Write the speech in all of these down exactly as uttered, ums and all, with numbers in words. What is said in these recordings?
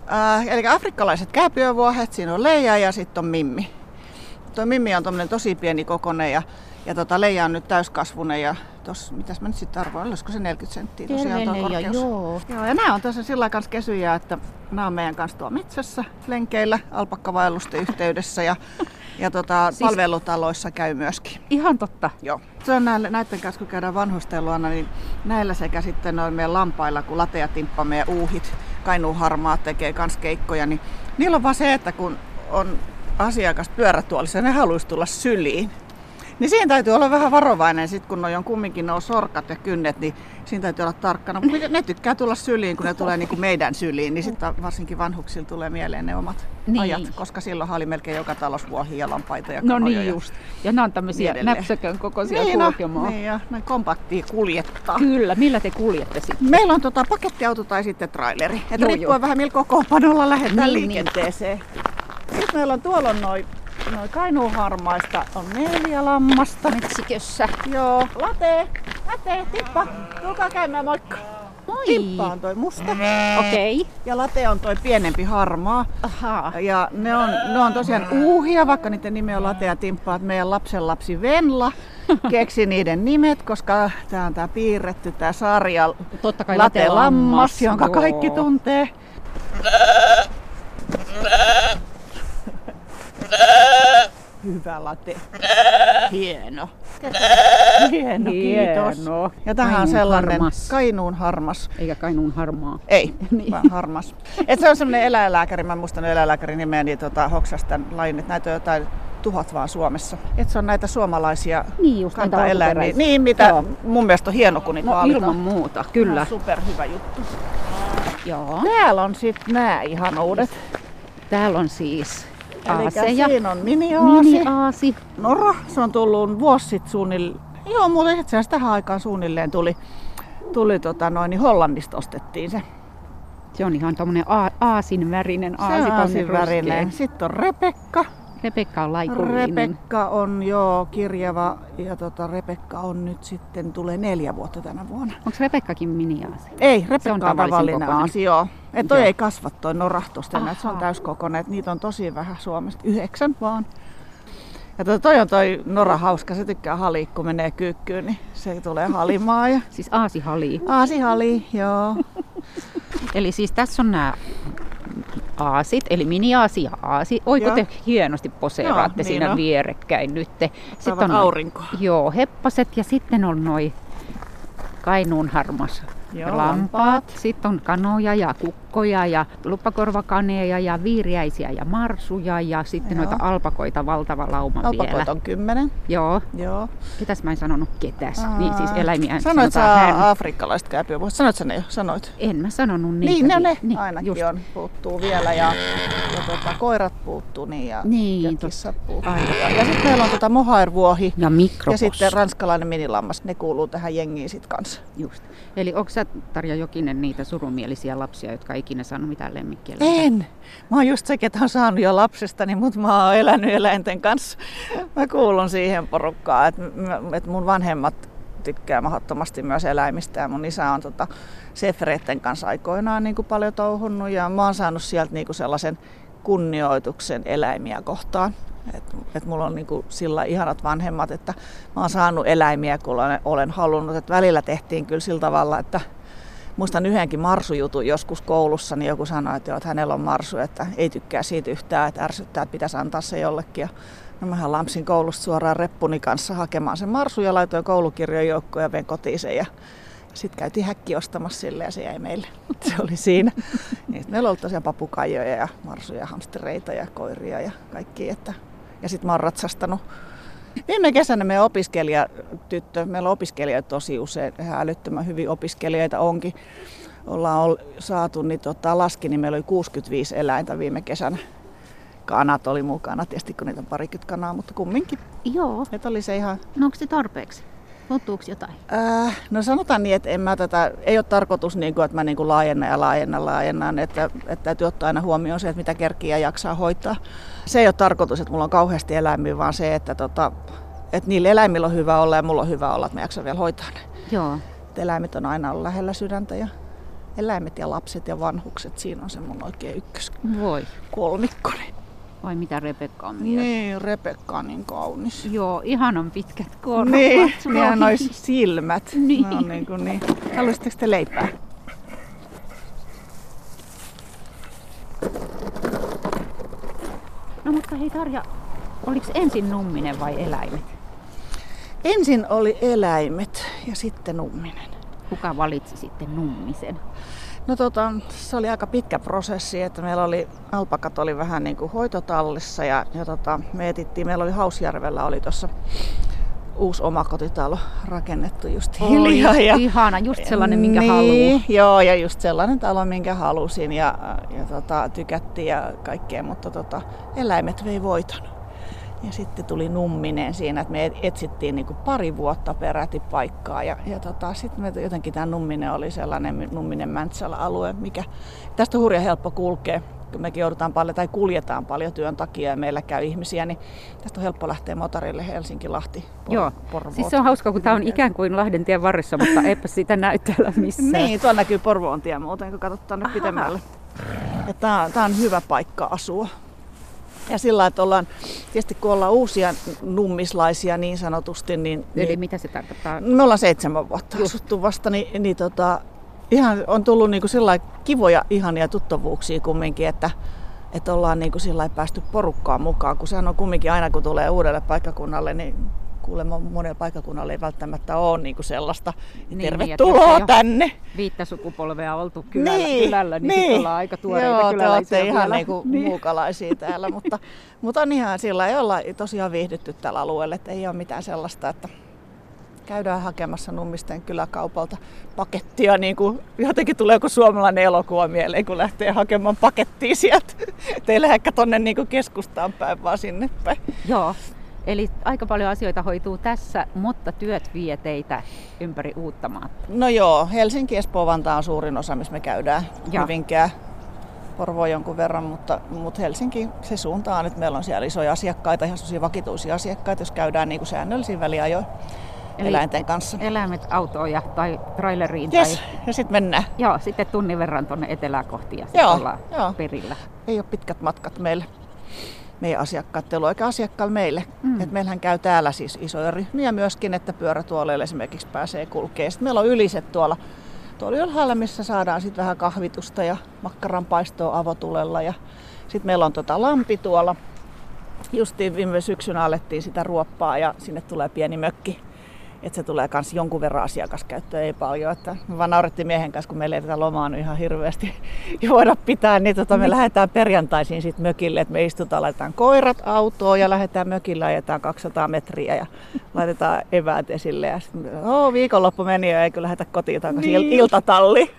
Äh, eli afrikkalaiset kääpiövuohet, siinä on Leija ja sitten on Mimmi. Tuo Mimmi on tommonen tosi pieni kokonen ja, ja tota, Leija on nyt täyskasvunen ja tos, mitäs mä nyt sitten arvoin, olisiko se neljäkymmentä senttiä tosiaan tuo korkeus. Joo. Joo, ja nämä on tosiaan sillä kanssa kesyjä, että nämä on meidän kanssa tuolla metsässä lenkeillä alpakkavaellusten yhteydessä ja, ja tota, siis palvelutaloissa käy myöskin. Ihan totta. Joo. Se on näille, näiden kanssa, kun käydään vanhusten luona, niin näillä sekä sitten noin meidän lampailla, kun Late ja Timppa, meidän uuhit, Kainuun harmaat tekee kans keikkoja, niin niillä on vaan se, että kun on asiakas pyörätuolissa ja ne haluaisi tulla syliin, niin siinä täytyy olla vähän varovainen, sit kun on kumminkin nuo sorkat ja kynnet, niin siinä täytyy olla tarkkana. Ne tykkää tulla syliin, kun ne tulee niin kuin meidän syliin, niin sitten varsinkin vanhuksilla tulee mieleen ne omat niin ajat, koska silloin oli melkein joka talous vuohia ja lampaita ja kanoja. No niin just. Ja nämä on tämmöisiä niin näpsäkön kokoisia niin kulkemaan. Niin ja näin kompaktia kuljettaa. Kyllä, millä te kuljette sitten? Meillä on tota pakettiauto tai sitten traileri. Että riippuen vähän millä kokoonpanolla lähdetään niin, liikenteeseen. Niin. Sitten meillä on tuolla on noin noi Kainuun harmaista on neljä lammasta. Metsikössä. Joo. Late, Late, Tippa, tulkaa käymään, moikka. Moi. Tippa on toi musta. Okei. Okay. Ja Late on toi pienempi harmaa. Aha. Ja ne on, ne on tosiaan uuhia, vaikka niiden nimi on Late ja Timppa, että meidän lapsenlapsi Venla keksi niiden nimet, koska tää on tää piirretty tää sarja Totta kai Late Late Lammas, Lammas, jonka joo. kaikki tuntee. Hyvä Late. Hieno. Hieno, kiitos. Hieno. Ja tämähän on Kainuun sellainen harmas. Kainuun harmas. Eikä Kainuun harmaa. Ei, Niin. vaan harmas. Et se on semmoinen eläinlääkäri, mä muistan eläinlääkärin nimeä, niin tota, hoksas tämän lain, että näitä on jotain tuhat vaan Suomessa. Et se on näitä suomalaisia Niin just, näitä kantaeläimiä. alkuperäisiä. Niin, mitä Joo. mun mielestä on hieno, kun niitä No vaalitaan. ilman muuta, kyllä. No, superhyvä juttu. Joo. Täällä on sitten nämä ihanuudet. Täällä on siis Elikkä aaseja. siinä on mini-aasi. Mini-aasi. Nora, se on tullut vuosi sitten suunnilleen. Joo, muuten itse asiassa tähän aikaan suunnilleen tuli, tuli tota noin, niin Hollannista ostettiin se. Se on ihan tommonen a- aasin värinen aasi. Se on tommonen aasin värinen. ruskea. Sitten on Rebekka. Rebekka on laikullinen. Rebekka on joo kirjava ja tota, Rebekka on nyt sitten tulee neljä vuotta tänä vuonna. Onko Rebekkakin mini-aasi? Ei, Rebekka on on tavallisen tavallinen kokoinen. aasi, joo. Et toi Joo. ei kasva toi norahtusta enää, se on Ahaa. täyskokoinen, että niitä on tosi vähän Suomesta. Yhdeksän vaan. Ja toi, toi on toi Nora hauska, se tykkää halia, kun menee kyykkyyn, niin se tulee halimaan. Ja... Siis aasihali. Aasi hali, joo. Eli siis tässä on nämä aasit, eli mini-aasi ja aasi. Oi, kun Joo. te hienosti poseeraatte Joo, siinä niin on. vierekkäin nyt. Saavat aurinkoa. Joo, heppaset ja sitten on noi Kainuun harmas Joo, lampaat. Sitten on kanoja ja kukkoja ja luppakorvakaneja ja viiriäisiä ja marsuja ja sitten Joo. noita alpakoita valtava lauma vielä. Alpakoita on kymmenen. Joo. Joo. Ketäs mä en sanonut ketäs. Aa. Niin siis eläimiä Sanoit sanotaan hän. sä afrikkalaiset kääpiövuohet? Sanoit sä ne jo? Sanoit. En mä sanonut niitä. Niin, ne, ne Niin, ainakin just. on, puuttuu vielä ja, ja tota, koirat puuttuu niin, ja, Niin, ja totta. kissat puuttuu. Aivan. Ja, ja sitten meillä on tota mohairvuohi Ja mikropos. ja sitten ranskalainen minilammas, ne kuuluu tähän jengiin sit kanssa. Just. Eli onko sä, Tarja Jokinen, niitä surumielisiä lapsia, jotka ei ikinä saanut mitään lemmikkiä? En! Mä oon just se, ketä on saanut jo lapsestani, mutta mä oon elänyt eläinten kanssa. Mä kuulun siihen porukkaan, että et mun vanhemmat tykkää mahdottomasti myös eläimistä ja mun isä on tota Sefreitten kanssa aikoinaan niin kuin paljon touhunnut ja mä oon saanut sieltä niin kuin sellaisen kunnioituksen eläimiä kohtaan. Et, et mulla on niinku sillä ihanat vanhemmat, että mä oon saanut eläimiä, kun olen, olen halunnut. Et välillä tehtiin kyllä sillä tavalla, että muistan yhdenkin marsujutun joskus koulussa, niin joku sanoi, että, jo, että hänellä on marsu, että ei tykkää siitä yhtään, että ärsyttää, että pitäisi antaa se jollekin. Ja no mähän lampsin koulusta suoraan reppuni kanssa hakemaan sen marsu ja laitoin koulukirjojen joukkoon ja vein kotiin sen. Ja sitten käytiin häkki ostamassa sille ja se jäi meille. Se oli siinä. Niin, meillä on ollut tosiaan papukaijoja ja marsuja, hamstereita ja koiria ja kaikki. Että... Ja sitten mä oon ratsastanut. Viime kesänä meidän opiskelijatyttö, meillä on opiskelijoita tosi usein, ihan älyttömän hyvin opiskelijoita onkin. Ollaan saatu, niin tota, laskin, niin meillä oli kuusikymmentäviisi eläintä viime kesänä. Kanat oli mukana, tietysti kun niitä on parikymmentä kanaa, mutta kumminkin. Joo. Että oli se ihan... No onko se tarpeeksi? Puuttuuko jotain? Äh, no sanotaan niin, että en mä tätä, ei ole tarkoitus, niin kuin, että mä niin kuin laajennan ja laajennan, laajennan, että, että täytyy ottaa aina huomioon se, että mitä kerkiä jaksaa hoitaa. Se ei ole tarkoitus, että mulla on kauheasti eläimiä, vaan se, että, tota, että niillä eläimillä on hyvä olla ja mulla on hyvä olla, että mä jaksan vielä hoitaa ne. Joo. Et eläimet on aina ollut lähellä sydäntä ja eläimet ja lapset ja vanhukset, siinä on se mun oikein ykkös Voi. kolmikkoni. Vai mitä Rebekka on mieltä? Niin, Rebekka on niin kaunis. Joo, ihanan pitkät korvat. Niin, ja nois silmät. Niin. Ne on niin kuin niin. Haluaisitteko te leipää? No mutta hei Tarja, oliko ensin numminen vai eläimet? Ensin oli eläimet ja sitten numminen. Kuka valitsi sitten nummisen? No tota, se oli aika pitkä prosessi, että meillä oli, alpakat oli vähän niin kuin hoitotallissa ja, ja tota, me etittiin, meillä oli Hausjärvellä oli tuossa uusi omakotitalo rakennettu just hiljaa. Oi, ja, ihana, just sellainen minkä niin, haluaa. Joo, ja just sellainen talo minkä halusin ja, ja tota, tykättiin ja kaikkea, mutta tota, eläimet vei voiton. Ja sitten tuli numminen siinä, että me etsittiin niin kuin pari vuotta peräti paikkaa. Ja, ja tota, sitten me jotenkin tämä numminen oli sellainen numminen Mäntsälä-alue, mikä tästä on hurja helppo kulkea. Kun mekin joudutaan paljon tai kuljetaan paljon työn takia ja meillä käy ihmisiä, niin tästä on helppo lähteä motorille Helsinki-Lahti. Por- Joo, Porvoot. siis se on hauska, kun tämä on ikään kuin Lahdentien varressa, mutta eipä sitä näy täällä missään. Niin, tuolla näkyy Porvoon tie muuten, kun katsotaan nyt pidemmälle. Tämä on hyvä paikka asua. Ja sillä että ollaan, tietysti kun ollaan uusia nummislaisia niin sanotusti, niin... Eli niin mitä se tarkoittaa? me ollaan seitsemän vuotta Just. asuttu vasta, niin, niin tota, ihan on tullut niinku sillä kivoja, ihania tuttavuuksia kumminkin, että, että ollaan niinku sillä päästy porukkaan mukaan, kun sehän on kumminkin aina kun tulee uudelle paikkakunnalle, niin kuulemma monella paikkakunnalla ei välttämättä ole niinku sellaista. Niin, tervetuloa niin, tänne! Viittä sukupolvea oltu kylällä, niin, kylällä niin, niin. sitten ollaan aika tuoreita Joo, kyläläisiä te ihan vielä. niinku Niin. muukalaisia täällä, mutta, mutta on ihan sillä ei olla tosiaan viihdytty tällä alueella, että ei ole mitään sellaista, että käydään hakemassa Nummisten kyläkaupalta pakettia, niin kuin jotenkin tulee joku suomalainen elokuva mieleen, kun lähtee hakemaan pakettia sieltä. Teillä ehkä tonne niin kuin keskustaan päin, vaan sinne päin. Joo, eli aika paljon asioita hoituu tässä, mutta työt vie teitä ympäri Uuttamaata. No joo, Helsinki, Espoo, Vantaa on suurin osa, missä me käydään. Ja. Hyvinkää, Porvoo jonkun verran, mutta, mutta Helsinki se suuntaan, että meillä on siellä isoja asiakkaita, ihan sellaisia vakituisia asiakkaita, jos käydään niin kuin säännöllisiin väliajoin eläinten kanssa. Eläimet autoja tai traileriin. Yes. Tai... Ja sitten mennään. Joo, sitten tunnin verran tuonne etelää kohti ja sitten Joo, ollaan joo. perillä. Ei ole pitkät matkat meille. Meidän asiakkaat, teillä on oikein asiakkaalla meille. Mm. Et meillähän käy täällä siis isoja ryhmiä myöskin, että pyörätuoleilla esimerkiksi pääsee kulkemaan. Sitten meillä on yliset tuolla, tuolla ylhäällä, missä saadaan sitten vähän kahvitusta ja makkaranpaistoa avotulella. Ja sitten meillä on tota lampi tuolla. Justiin viime syksynä alettiin sitä ruoppaa ja sinne tulee pieni mökki. Että se tulee myös jonkun verran asiakaskäyttöä, ei paljon. Että me vaan naurettiin miehen kanssa, kun meillä ei tätä lomaa nyt ihan hirveästi jo voida pitää, niin tota me mm. lähdetään perjantaisin sit mökille. Että me istutaan, laitetaan koirat autoon ja lähdetään mökille, ajetaan kaksisataa metriä ja laitetaan eväät esille. Ja sitten oh, viikonloppu meni ja ei kyllä lähdetä kotiin takaisin niin. iltatalliin.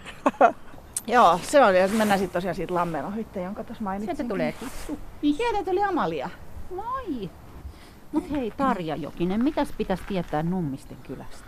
Joo, se on. Ja mennään sitten tosiaan siitä lammen ohitte, jonka tuossa mainitsin. Sieltä tulee kissu. Niin sieltä tuli Amalia. Moi! Mut hei Tarja Jokinen, mitäs pitäisi tietää Nummisten kylästä?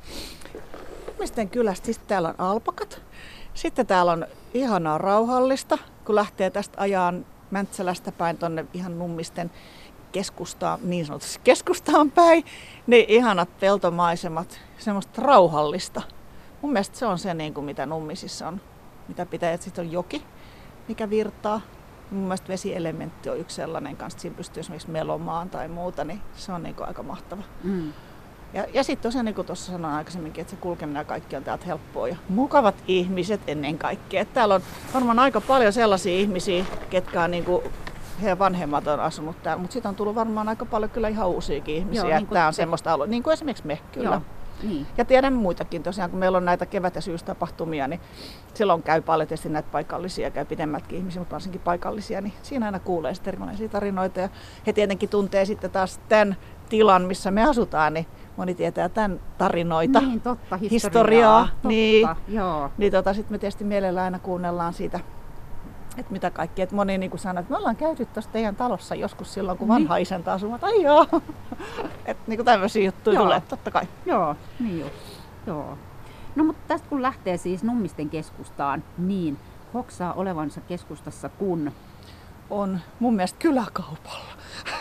Nummisten kylästä, siis täällä on alpakat. Sitten täällä on ihanaa rauhallista, kun lähtee tästä ajaan Mäntsälästä päin tonne ihan Nummisten keskustaan, niin sanotusti keskustaan päin. Niin ihanat peltomaisemat, semmoista rauhallista. Mun mielestä se on se, niin kuin mitä Nummisissa on, mitä pitää. Sitten on joki, mikä virtaa. Mun mielestä vesielementti on yksi sellainen kanssa, että siinä pystyy esimerkiksi melomaan tai muuta, niin se on niin kuin aika mahtava. Mm. Ja, ja sitten tosiaan, niin kuin tuossa sanoin aikaisemminkin, että se kulkeminen ja kaikki on täältä helppoa ja mukavat ihmiset ennen kaikkea. Että täällä on varmaan aika paljon sellaisia ihmisiä, ketkä on niin kuin, heidän vanhemmat on asunut täällä, mutta siitä on tullut varmaan aika paljon kyllä ihan uusiakin ihmisiä. Joo, niin tämä on te... semmoista aluetta, niin kuin esimerkiksi me kyllä. Joo. Niin. Ja tiedän muitakin tosiaan, kun meillä on näitä kevät- ja syystapahtumia, niin silloin käy paljon tietysti näitä paikallisia, käy pidemmätkin ihmisiä, mutta varsinkin paikallisia, niin siinä aina kuulee sitten erilaisia tarinoita. Ja he tietenkin tuntee sitten taas tämän tilan, missä me asutaan, niin moni tietää tämän tarinoita, niin, totta, historiaa. historiaa. Totta, niin, joo. Niin tota, sitten me tietysti mielellään aina kuunnellaan siitä, että mitä kaikkea. Et moni niin kuin sanoo, että me ollaan käyty tuossa teidän talossa joskus silloin, kun vanha niin. isäntä asuu. Ai joo. Että niin kuin tämmöisiä juttuja joo. tulee, totta kai. Joo, niin just. Joo. No mutta tästä kun lähtee siis Nummisten keskustaan, niin hoksaa olevansa keskustassa kun? On mun mielestä kyläkaupalla.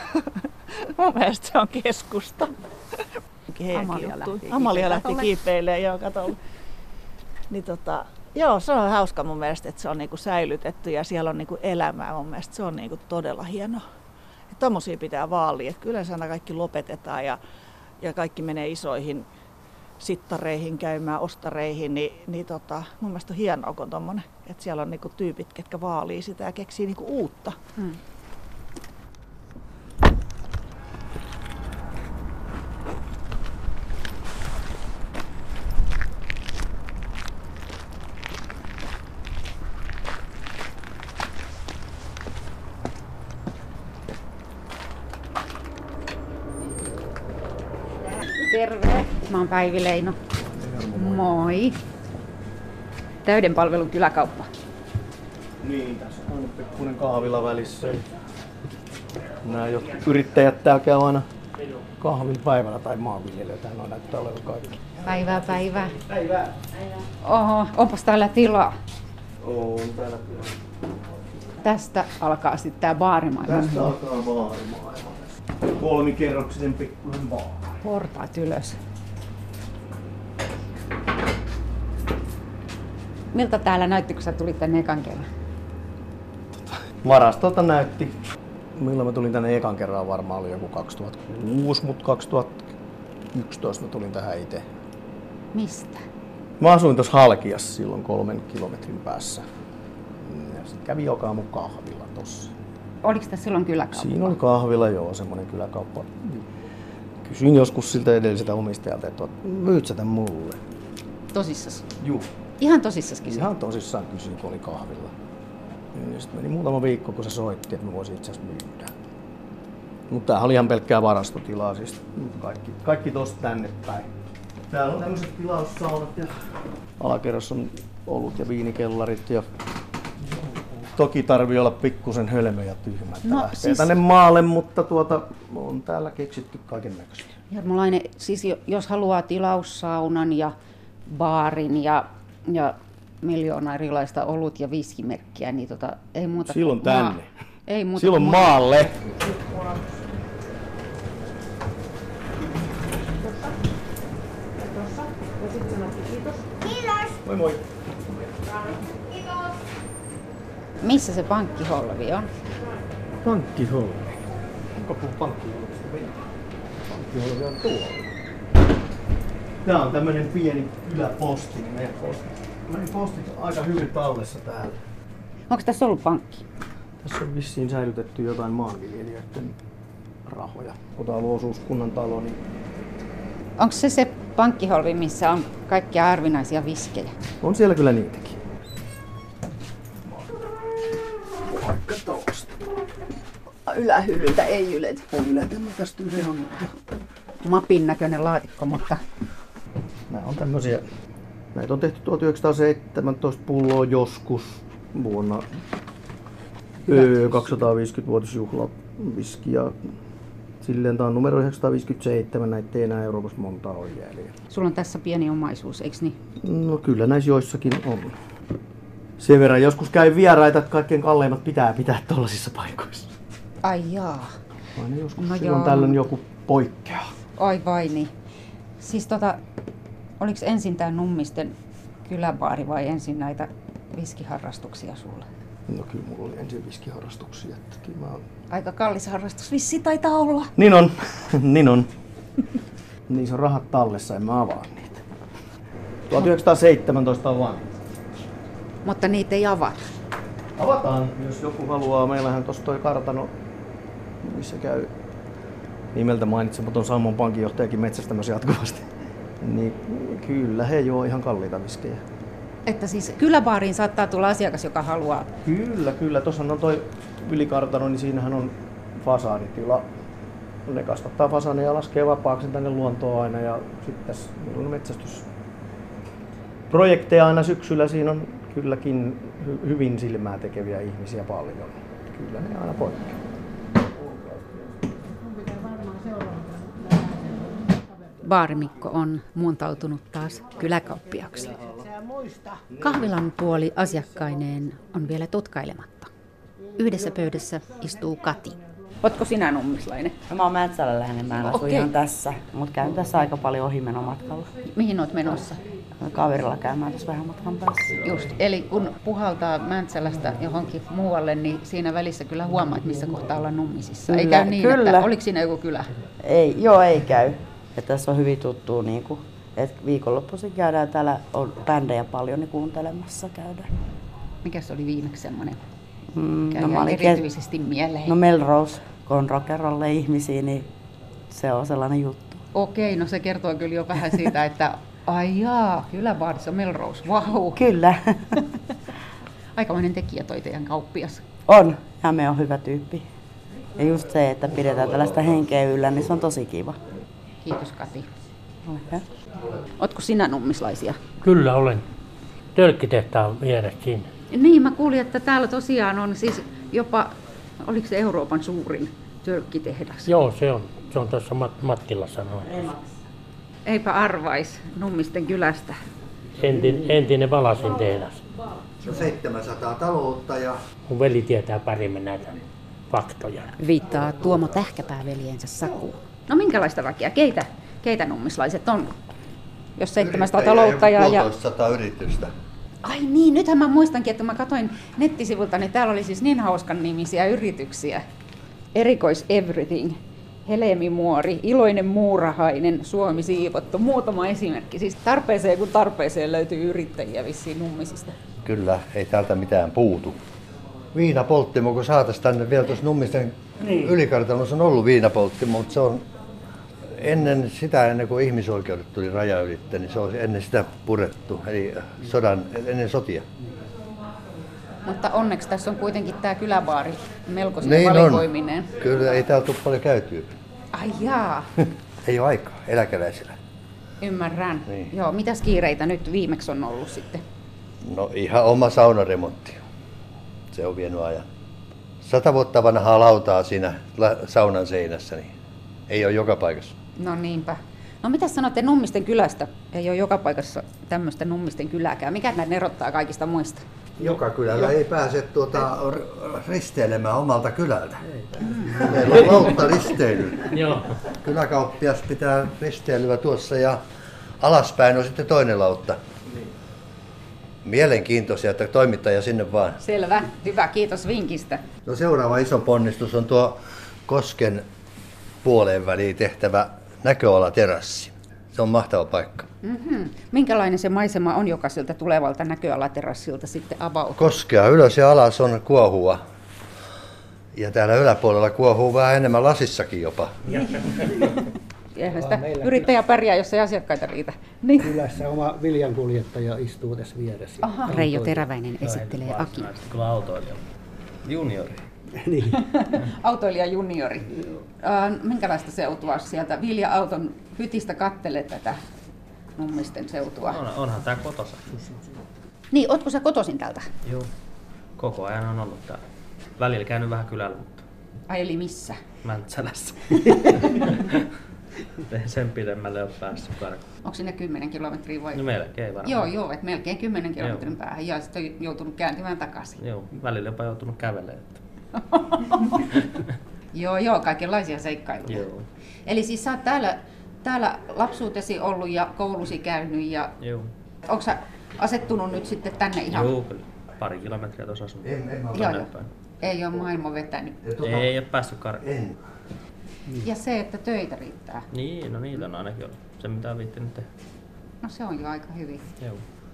Mun mielestä se on keskusta. Amalia lähti, Amalia lähti kiipeilemään, joo, kato. Niin tota, Joo, se on hauska mun mielestä, että se on niinku säilytetty ja siellä on niinku elämää mun mielestä. Se on niinku todella hienoa. Tommosia pitää vaalia. Että kyllä aina kaikki lopetetaan ja, ja kaikki menee isoihin sittareihin käymään, ostareihin, niin, niin tota, mun mielestä on hienoa, kun on tommonen, että siellä on niinku tyypit, ketkä vaalii sitä ja keksii niinku uutta. Hmm. Terve, mä oon Päivi Leino. Moi. Täyden palvelun kyläkauppa. Niin, tässä on pikkuinen kahvila välissä. Nämä jotkut yrittäjät täällä käy aina kahvin päivällä tai maanviljelijöitä. Noin näyttää olevan kaikki. Päivää, päivää. Päivää. Oho, onpas täällä tilaa. On täällä tilaa. Tästä alkaa sitten tää baarimaailma. Tästä alkaa baarimaailma. Kolmikerroksinen pikkuinen baari. Portaat ylös. Miltä täällä näytti, kun sä tulit tänne ekan kerran? Varastolta näytti. Milloin mä tulin tänne ekan kerran, varmaan oli joku kaksituhattakuusi, mutta kaksituhattayksitoista mä tulin tähän itse. Mistä? Mä asuin tuossa Halkiassa silloin kolmen kilometrin päässä. Ja sit kävin joka aamu kahvilla tossa. Oliko tässä silloin kyläkauppa? Siinä oli kahvilla, joo, semmonen kyläkauppa. Kysyin joskus siltä edelliseltä omistajalta, että myyt sä tän mulle? Tosissas? Juu. Ihan tosissas kysyin? Ihan tosissaan kysyin, kun oli kahvilla. Ja sitten meni muutama viikko, kun se soitti, että mä voisin itse asiassa myydä. Mutta tämähän oli ihan pelkkää varastotilaa, siis kaikki, kaikki tosta tänne päin. Täällä on tämmöiset tilaussaunat ja alakerrassa on olut ja viinikellarit ja toki tarvii olla pikkusen hölmö ja tyhmä, että no, lähtee siis tänne maalle, mutta tuota, on täällä keksitty kaiken näköistä. Jarmolainen, siis jos haluaa tilaussaunan ja baarin ja, ja miljoona erilaista olut- ja viskimerkkiä, niin tota, ei muuta silloin tänne. Maa. Ei muuta silloin maa. maalle. Moi moi. Missä se pankkiholvi on? Pankkiholvi? Onko puhut pankkiholvista vielä? Pankkiholvi on tuolla. Tää on tämmönen pieni kyläposti, niin meidän postit. Meidän postit on aika hyvin tallessa täällä. Onko tässä ollut pankki? Tässä on vissiin säilytetty jotain maanviljelijöiden rahoja. Kun tää on ollut osuuskunnan talo, niin... Onko se se pankkiholvi, missä on kaikkia harvinaisia viskejä? On siellä kyllä niitäkin. Vaikka tosta. Ylähyllyltä ei yletä. On yletä, mä tästä yhden on. Mapin näköinen laatikko, mutta... Nää on tämmösiä... Näitä on tehty tuhatyhdeksänsataaseitsemäntoista pulloa joskus vuonna kaksisataaviisikymmentä-vuotisjuhla viski ja silleen tää on numero yhdeksänsataaviisikymmentäseitsemän, näitä ei enää Euroopassa montaa ole jäljellä. Sulla on tässä pieni omaisuus, eiks niin? No kyllä näissä joissakin on. Sen verran joskus käy vieraita, että kaikkein kalleimmat pitää pitää tollasissa paikoissa. Ai jaa. Aina joskus no silloin tällöin joku poikkeaa. Ai vai niin. Siis tota, oliks ensin tää Nummisten kyläbaari vai ensin näitä viskiharrastuksia sulle? No kyllä mulla oli ensin viskiharrastuksia. Että kyllä mä oon... Aika kallis harrastus vissi taitaa olla. Niin on, niin on. Niissä on rahat tallessa, en mä avaa niitä. tuhatyhdeksänsataaseitsemäntoista on vaan. Mutta niitä ei avata. Avataan, jos joku haluaa. Meillähän tossa toi kartano, missä käy nimeltä mainitsematon Sammon pankinjohtajakin metsästämässä jatkuvasti. Niin kyllä he juo ihan kalliita viskejä. Että siis kyläbaariin saattaa tulla asiakas, joka haluaa? Kyllä, kyllä. Tuossahan on toi ylikartano, niin siinähän on fasaaditila. Ne kasvattaa fasaneja ja laskee vapaaksi tänne luontoon aina. Ja sitten tässä on metsästysprojekteja aina syksyllä. Siinä on kylläkin hy- hyvin silmää tekeviä ihmisiä paljon. Kyllä ne aina poikkeaa. Baarimikko on muuntautunut taas kyläkauppiaksi. Kahvilan puoli asiakkaineen on vielä tutkailematta. Yhdessä pöydässä istuu Kati. Ootko sinä nummislainen? No, mä oon Mäntsälläläinen, mä en asu Okei. ihan tässä, mutta käyn tässä aika paljon ohimenomatkalla. Mihin oot menossa? kaverilla käymään tuossa vähän matkan päässä. Just, eli kun puhaltaa Mäntsälästä johonkin muualle, niin siinä välissä kyllä huomaat, missä kohtaa ollaan Nummisissa. Ei Kyllä, käy niin, kyllä. että oliko siinä joku kylä? Ei, joo, ei käy. Ja tässä on hyvin tuttua, niin kuin, että viikonloppuisin käydään täällä, on bändejä paljon, niin kuuntelemassa käydään. Mikäs oli viimeksi semmoinen? Mm, Käy no, mä olin erityisesti mieleen. No Melrose, kun on rock'n'rolle ihmisiä, niin se on sellainen juttu. Okei, no se kertoo kyllä jo vähän siitä, että ai jaa, kyläbaarissa Melrose, vau. Kyllä. Aikamoinen tekijä toi teidän kauppias. On, ja me on hyvä tyyppi. Ja just se, että pidetään tällaista henkeä yllä, niin se on tosi kiva. Kiitos Kati. Okay. Ootko sinä nummislaisia? Kyllä olen. Tölkkitehtaan vieressä siinä. Niin, mä kuulin, että täällä tosiaan on siis jopa, oliko se Euroopan suurin tölkkitehdas? Joo, se on. Se on tuossa Mat- Mattilassa noin. Eipä arvais Nummisten kylästä. Entin, entinen Valasin tehdas. Se on seitsemänsataa taloutta ja Mun veli tietää paremmin näitä faktoja. Viittaa Tuomo Tähkäpää veljensä Sakuun. No minkälaista väkeä? Keitä, keitä nummislaiset on? Jos seitsemänsataa taloutta ja... ja... puolitoistasataa yritystä. Ai niin, nythän mä muistankin, että mä katsoin nettisivulta, niin täällä oli siis niin hauskan nimisiä yrityksiä. Erikois Everything, Helemi Muori, Iloinen Muurahainen, Suomi Siivottu. Muutama esimerkki. Siis tarpeeseen kun tarpeeseen löytyy yrittäjiä vissiin Nummisista. Kyllä, ei täältä mitään puutu. Viinapolttimo, kun saataisiin tänne vielä tuossa Nummisten niin. Ylikartanossa on ollut viinapolttimo, mutta se on ennen sitä, ennen kuin ihmisoikeudet tuli raja ylitte, niin se on ennen sitä purettu, eli sodan, ennen sotia. Mutta onneksi tässä on kuitenkin tämä kyläbaari melkoisen Niin valikoiminen. on. Kyllä, ei täällä tule paljon käytyä. Ai jaa, Ei ole aikaa eläkeläisillä. ymmärrän. Niin. Joo, mitäs kiireitä nyt viimeksi on ollut sitten? No ihan oma saunaremontti. Se on vienyt ajan. Sata vuotta vanhaa lautaa siinä la- saunan seinässä, niin ei ole joka paikassa. No niinpä. No mitä sanotte Nummisten kylästä? Ei ole joka paikassa tämmöistä Nummisten kylääkään. Mikä näitä erottaa kaikista muista? Joka kylällä ei pääse tuota r- risteilemään omalta kylältä. Meillä on lautta risteily. Joo. Kyläkauppias pitää risteilyä tuossa ja alaspäin on sitten toinen lautta. Mielenkiintoisia, että toimittaja sinne vaan. Selvä. Hyvä, kiitos vinkistä. No seuraava iso ponnistus on tuo Kosken puoleen väliin tehtävä näköalaterassi. Se on mahtava paikka. Mm-hmm. Minkälainen se maisema on jokaiselta tulevalta näköalaterassilta sitten about? Koskea ylös ja alas on kuohua. Ja täällä yläpuolella kuohuu vähän enemmän lasissakin jopa. Eihän sitä yrittäjä pärjää, jos ei asiakkaita riitä. Niin. Kylässä oma viljankuljettaja istuu tässä vieressä. Aha. Reijo Teräväinen esittelee Aki. Kyllä autoilija. Juniori. Niin. Autoilija juniori. Äh, minkälaista seutua sieltä Vilja-auton hytistä kattelee tätä Nummisten seutua? On, onhan tää kotosa. Niin, ootko sä kotoisin täältä? Joo. Koko ajan on ollut täällä. Välillä käynyt vähän kylällä, mutta Ai eli missä? Mäntsälässä. Sen pidemmälle ole päässyt karkuun. Onko sinne kymmenen kilometriä vai? No melkein varmaan. Joo, joo, että melkein kymmenen kilometrin Joo. päähän ja sitten on joutunut kääntymään takaisin. Joo, välillä jopa joutunut kävelemään. Joo, joo, kaikenlaisia seikkailuja. Joo. Eli siis sä oot täällä, täällä lapsuutesi ollut ja koulusi käynyt ja Joo. onko sä asettunut nyt sitten tänne ihan? Joo, kyllä. Pari kilometriä tuossa asunut. Joo, joo. Ei ole maailma vetänyt. Ei ole päässyt karkuun. En. Ja se, että töitä riittää. Niin, no niitä on ainakin ollut. Se mitä on viittinyt tehdä. No se on jo aika hyvin. Joo.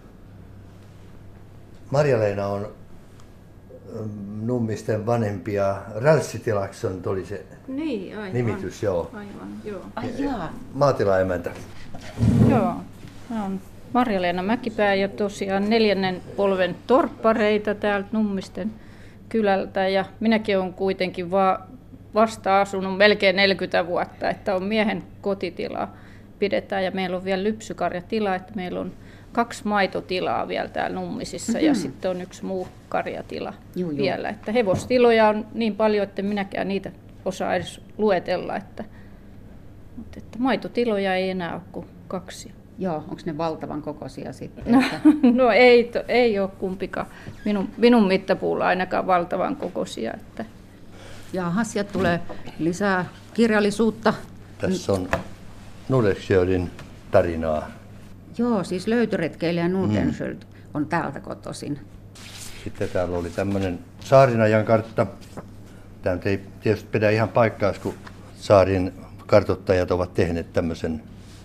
Marja-Leena on mm, Nummisten vanhempia. Rälssitilakson oli se Niin, aivan. nimitys, joo. Aivan, joo. Ai jaa. Maatilaemäntä. Joo, mä oon Marja-Leena Mäkipää ja tosiaan neljännen polven torppareita täältä Nummisten kylältä ja minäkin olen kuitenkin vaan vasta asunut melkein neljäkymmentä vuotta, että on miehen kotitila pidetään ja meillä on vielä lypsykarjatila, että meillä on kaksi maitotilaa vielä täällä Nummisissa mm-hmm. ja sitten on yksi muu karjatila Juu, juu. vielä. Että hevostiloja on niin paljon, että minäkään niitä osaa edes luetella, että, mutta että maitotiloja ei enää ole kuin kaksi. Joo, onko ne valtavan kokoisia sitten? No, että- no ei, to, ei ole kumpikaan minun, minun mittapuulla ainakaan valtavan kokoisia. Että. Jaha, sieltä tulee lisää kirjallisuutta. Tässä on Nudexjöldin tarinaa. Joo, siis löytöretkeilijä Nordenskiöld mm. on täältä kotoisin. Sitten täällä oli tämmöinen Saarinajan kartta. Tämä ei tietysti pidä ihan paikkaansa, kun saarin kartoittajat ovat tehneet tämmöisen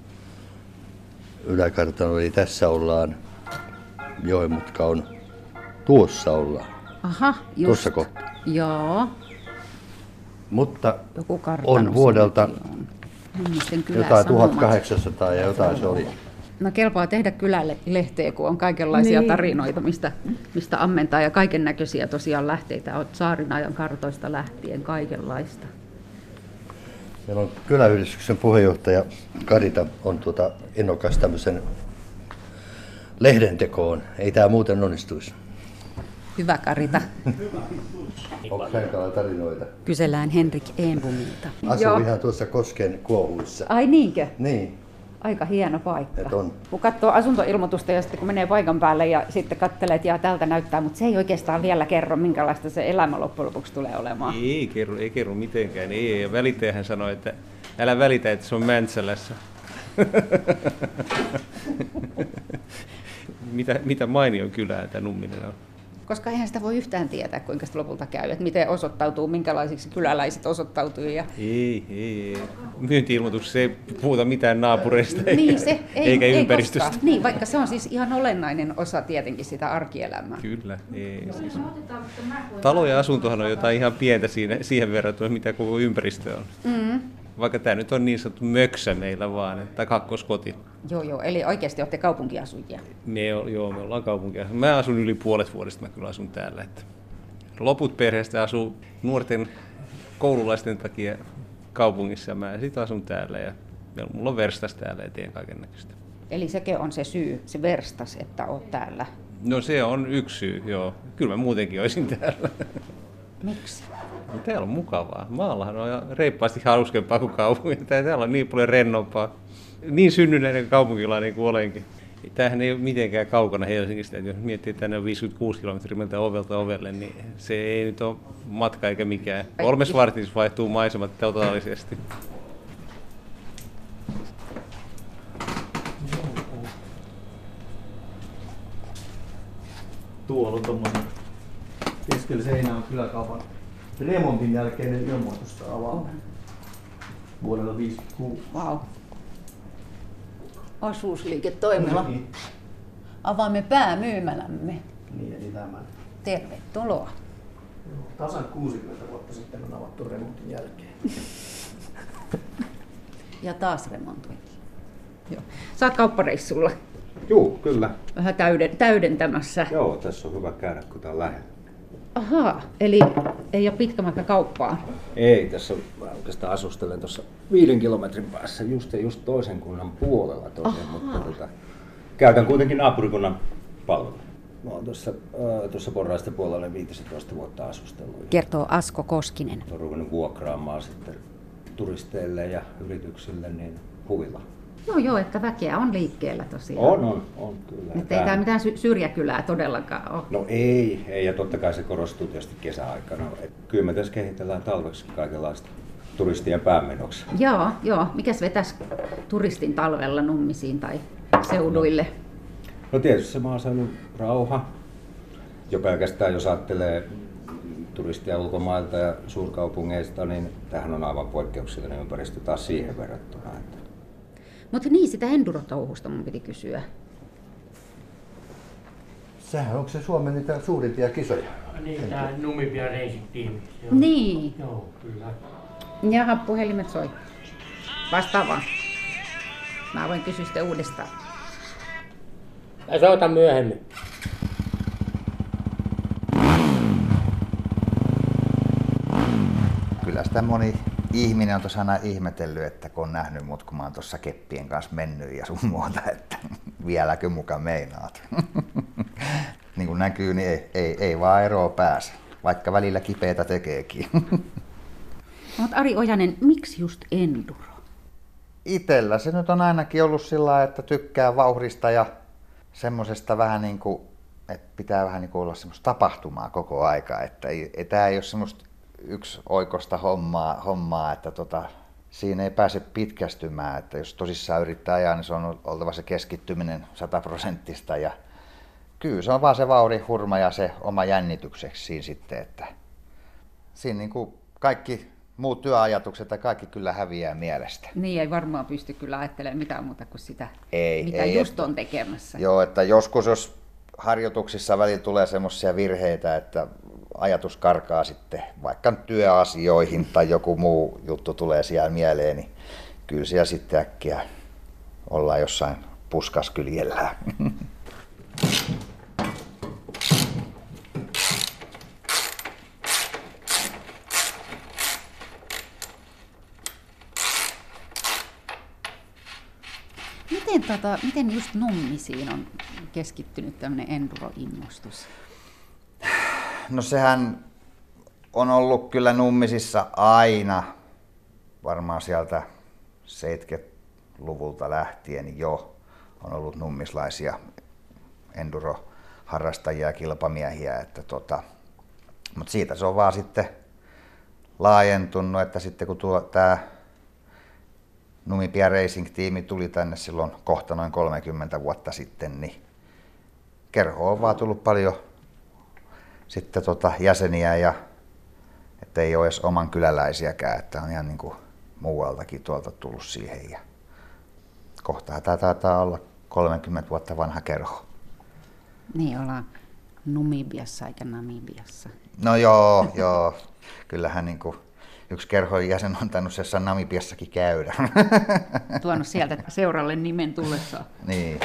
yläkartan. Eli tässä ollaan, Joenmutka on, tuossa ollaan. Aha, just. Tuossa kohtaa. Joo. Mutta joku on vuodelta on jotain tuhatkahdeksansataa ja jotain se oli. No kelpaa tehdä kylälle lehteä, kun on kaikenlaisia niin. tarinoita, mistä, mistä ammentaa ja kaiken näköisiä tosiaan lähteitä. Olet Saarinajan kartoista lähtien kaikenlaista. Meillä on kyläyhdistyksen puheenjohtaja Karita on tuota innokas tämmöisen lehdentekoon. Ei tämä muuten onnistuisi. Hyvä Karita. Onko Herkalla tarinoita? Kysellään Henrik Enbomilta. Asuu ihan tuossa Kosken kuohuissa. Ai niinkö? Niin. Aika hieno paikka. Et on. Kun katsoo asuntoilmoitusta ja sitten kun menee paikan päälle ja sitten katselee, että jaa, tältä näyttää, mutta se ei oikeastaan vielä kerro, minkälaista se elämä loppujen lopuksi tulee olemaan. Ei kerro, ei kerro mitenkään. Ei, ja välittäjähän sanoi, että älä välitä, että se on Mäntsälässä. mitä, mitä mainion kylää tämä Numminen on. Koska eihän sitä voi yhtään tietää, kuinka se lopulta käy, että miten osoittautuu, minkälaisiksi kyläläiset osoittautuu. Ja... Ei, ei, ei. Myynti-ilmoituksessa ei puhuta mitään naapureista eikä, niin, se, ei, eikä ei ympäristöstä. Koskaan. Niin, vaikka se on siis ihan olennainen osa tietenkin sitä arkielämää. Kyllä, ei. Siis. Talo ja asuntohan on jotain ihan pientä siinä, siihen verrattuna, mitä koko ympäristö on. Mm. Vaikka tämä nyt on niin sanottu möksä meillä vaan, tai kakkoskoti. Joo, joo, eli oikeasti olette kaupunkiasujia. Me, joo, me ollaan kaupunkiasujia. Mä asun yli puolet vuodesta, mä kyllä asun täällä. Että loput perheestä asuu nuorten koululaisten takia kaupungissa, ja mä sitten asun täällä. Ja mulla on verstas täällä ja teen kaiken näköistä. Eli sekin on se syy, se verstas, että oot täällä? No se on yksi syy, joo. Kyllä mä muutenkin olisin täällä. Miksi? No, täällä on mukavaa. Maallahan on reippaasti hauskempaa kuin kaupungissa. Täällä on niin paljon rennompaa. Niin synnynnäinen kaupunkilainen kuin olenkin. Tämähän ei ole mitenkään kaukana Helsingistä. Jos miettii, että tänne on viisikymmentäkuusi kilometriä meiltä ovelta ovelle, niin se ei nyt ole matka eikä mikään. Kolmes vartissa vaihtuu maisemat totaalisesti. Tuolla on tommoinen keskellä seinää on kyläkaupan remontin jälkeinen ilmoitusta avaa vuodella viisikymmentäkuusi. Vau. Wow. Osuusliiketoimilla. Avaamme päämyymälämme. Niin, eli tämän. Tervetuloa. Tasan kuusikymmentä vuotta sitten on avattu remontin jälkeen. Ja taas remontoitiin. Joo. Sä oot kauppareissulla. Joo, kyllä. Vähän täyden, täydentämässä. Joo, tässä on hyvä käydä, kun tää on lähellä. Ahaa, eli ei ole pitkä matka kauppaan. Ei, tässä mä oikeastaan asustelen tuossa viiden kilometrin päässä just ja just toisen kunnan puolella tosiaan, mutta tota, käytän kuitenkin naapurikunnan palvelua. Mä oon tuossa, äh, tuossa Porraisten puolella viisitoista vuotta asustellut. Kertoo Asko Koskinen. Olen ruvennut vuokraamaan sitten turisteille ja yrityksille niin huvila. Joo, joo, että väkeä on liikkeellä tosiaan. On, on, on kyllä. Että ei tämä mitään sy- syrjäkylää todellakaan ole. No ei, ei, ja totta kai se korostuu tietysti kesäaikana. Et kyllä me tässä kehitellään talveksi kaikenlaista turistien päämenoksi. Joo, joo. Mikäs vetäisi turistin talvella Nummisiin tai seuduille? No, no tietysti se maaseudun rauha. Jo pelkästään jos ajattelee turistia ulkomailta ja suurkaupungeista, niin tämähän on aivan poikkeuksellinen ympäristö taas siihen verrattuna. Että mutta niin, sitä endurotouhusta mun piti kysyä. Sehän onko se Suomen niitä suurimpia kisoja? Niin, tämä Numipia Racing-tiimi. Niin. Joo, kyllä. Jaha, puhelimet soi. Vastaa vaan. Mä voin kysyä sitä uudestaan. Mä soitan myöhemmin. Kyllä sitä moni ihminen on tuossa aina ihmetellyt, että kun on nähnyt mut, kun mä oon tuossa keppien kanssa mennyt ja sun muuta, että vieläkö muka meinaat. Niin kuin näkyy, niin ei, ei, ei vaan eroa pääse, vaikka välillä kipeätä tekeekin. Mutta Ari Ojanen, miksi just enduro? Itellä se nyt on ainakin ollut sillä lailla, että tykkää vauhdista ja semmosesta vähän niin kuin, että pitää vähän niin kuin olla semmoista tapahtumaa koko aika, että ei, tämä ei ole semmoista yksi oikosta hommaa, hommaa että tota, siinä ei pääse pitkästymään, että jos tosissaan yrittää ajaa, niin se on oltava se keskittyminen sataprosenttista ja kyllä se on vaan se vauhdin hurma ja se oma jännitykseksi siinä sitten, että siinä niin kuin kaikki muut työajatukset ja kaikki kyllä häviää mielestä. Niin ei varmaan pysty kyllä ajattelemaan mitään muuta kuin sitä, ei, mitä ei, just että, on tekemässä. Joo, että joskus jos harjoituksissa välillä tulee semmoisia virheitä, että ajatus karkaa sitten vaikka työasioihin tai joku muu juttu tulee siellä mieleen, niin kyllä siellä sitten äkkiä ollaan jossain puskaskyljellään. Miten, tota, miten just Nummisiin on keskittynyt tämmöinen enduro-innostus? No sehän on ollut kyllä Nummisissa aina, varmaan sieltä seitsemänkymmentäluvulta lähtien jo on ollut nummislaisia enduro-harrastajia ja kilpamiehiä, että tota, mutta siitä se on vaan sitten laajentunut, että sitten kun tuo tämä Numipia Racing-tiimi tuli tänne silloin kohta noin kolmekymmentä vuotta sitten, niin kerho on vaan tullut paljon sitten tota jäseniä ja että ei ole edes oman kyläläisiäkään, että on ihan niin kuin muualtakin tuolta tullut siihen ja kohta tämä taitaa olla kolmekymmentä vuotta vanha kerho. Niin, ollaan Namibiassa eikä Namibiassa. No joo, joo. Kyllähän niin kuin yksi kerhon jäsen on tainnut jossain Namibiassakin käydä. Tuonut sieltä seuralle nimen tullessaan. Niin.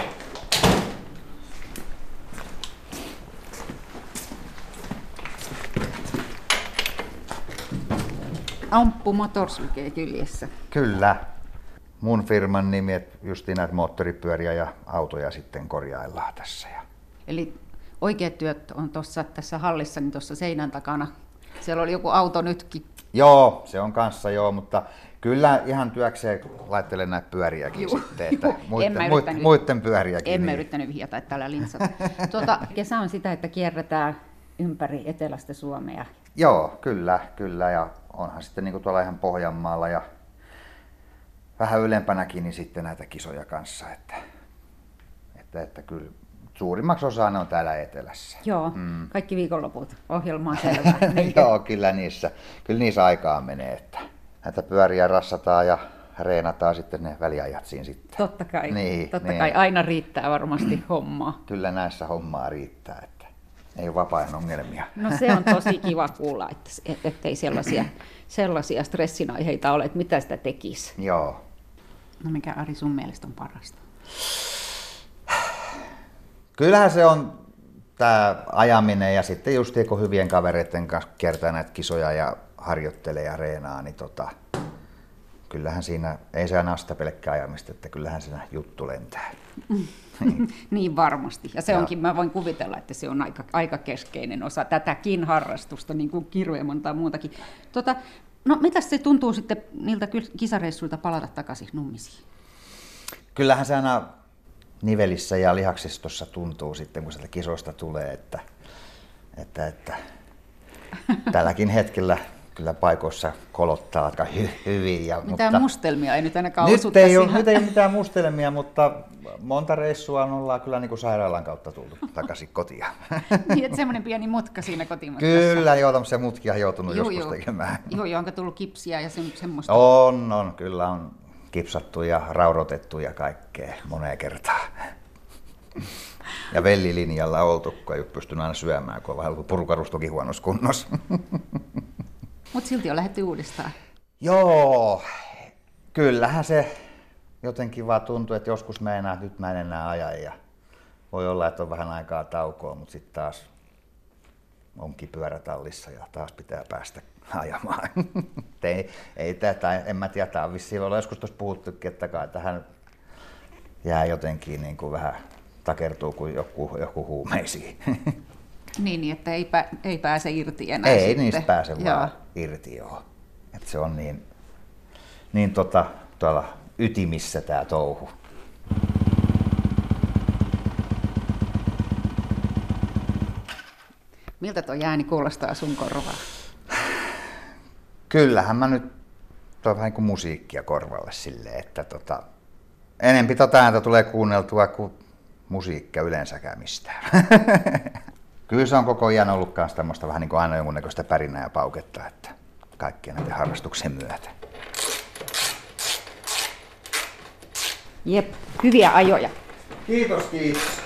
Amppu Motors lukee kyljessä. Kyllä. Mun firman nimi, että justiin näitä moottoripyöriä ja autoja sitten korjaillaan tässä. Eli oikeat työt on tuossa tässä hallissa, niin tuossa seinän takana. Siellä oli joku auto nytkin. Joo, se on kanssa joo, mutta kyllä ihan työkseen laittelen näitä pyöriäkin Juh, sitten, että muiden, muiden, muiden pyöriäkin. En mä niin. yrittänyt vihjata, että täällä lintsata. Tuota, kesä on sitä, että kierretään ympäri etelästä Suomea. Joo, kyllä, kyllä ja onhan sitten niin kuin tuolla ihan Pohjanmaalla ja vähän ylempänäkin niin sitten näitä kisoja kanssa, että, että, että kyllä suurimmaksi osaa ne on täällä etelässä. Joo, mm. kaikki viikonloput. Ohjelma on selvä. Joo, kyllä niissä, kyllä niissä aikaa menee, että näitä pyöriä rassataan ja reenataan sitten ne väliajat siinä sitten. Totta kai, niin, totta niin. kai aina riittää varmasti hommaa. Kyllä näissä hommaa riittää, että ei ole vapaa-ajan ongelmia. No se on tosi kiva kuulla, että ettei sellaisia, sellaisia stressinaiheita ole, että mitä sitä tekisi. Joo. No mikä Ari sun mielestä on parasta? Kyllähän se on tämä ajaminen ja sitten just kun hyvien kavereiden kanssa kiertää näitä kisoja ja harjoittelee ja reenaa, niin tota, kyllähän siinä, ei se aina ole sitä pelkkää ajamista, että kyllähän siinä juttu lentää. Niin. niin varmasti. Ja se Joo. onkin, mä voin kuvitella, että se on aika, aika keskeinen osa tätäkin harrastusta, niin kuin kirjoja montaa muutakin. Tota, no mitäs se tuntuu sitten niiltä kisareissuilta palata takaisin Nummisiin? Kyllähän se aina nivelissä ja lihaksistossa tuntuu sitten, kun sieltä kisoista tulee, että, että, että tälläkin hetkellä kyllä paikoissa kolottaa aika hy- hyvin. Ja, mitään mutta mustelmia ei nyt ainakaan nyt osuta ei, ole, siihen. nyt ei ole mitään mustelmia, mutta monta reissua on ollaan kyllä niin kuin sairaalan kautta tullut takaisin kotiin. Niin, että semmoinen pieni mutka siinä kotimatkassa. Kyllä, joo, tämmöisiä mutkia joutunut Juu, joskus juu. tekemään. Joo, joo, onko tullut kipsiä ja se, semmoista? On, on, kyllä on kipsattu ja raudotettu ja kaikkea moneen kertaan. Ja vellilinjalla oltu, kun ei ole pystynyt aina syömään, kun on vähän ollut purukarustokin huonossa kunnossa. Mutta silti on lähdetty uudestaan. Joo, kyllähän se jotenkin vaan tuntuu, että joskus mä enää, nyt mä en enää aja ja voi olla, että on vähän aikaa taukoa, mutta sitten taas onkin pyörätallissa ja taas pitää päästä ajamaan. ei, ei tätä, en mä tiedä, tämä on vissiin olla joskus tuossa puhuttukin, että kai tähän jää jotenkin niin kuin vähän takertuu kuin joku, joku huumeisiin. Niin, niin, että ei, pä, ei pääse irti enää Ei sitten. niistä pääse Joo. vaan irti, joo. Et se on niin, niin tota, tuolla ytimissä tää touhu. Miltä tuo ääni kuulostaa sun korvaan? Kyllähän mä nyt tuo vähän niin kuin musiikkia korvalle silleen, että tota, enempi tota ääntä tulee kuunneltua kuin musiikkia yleensäkään mistään. Kyllä se on koko ajan ollut myös tämmöistä vähän niin kuin aina jonkunnäköistä pärinää ja pauketta, että kaikkien näiden harrastuksen myötä. Jep, hyviä ajoja. Kiitos, kiitos.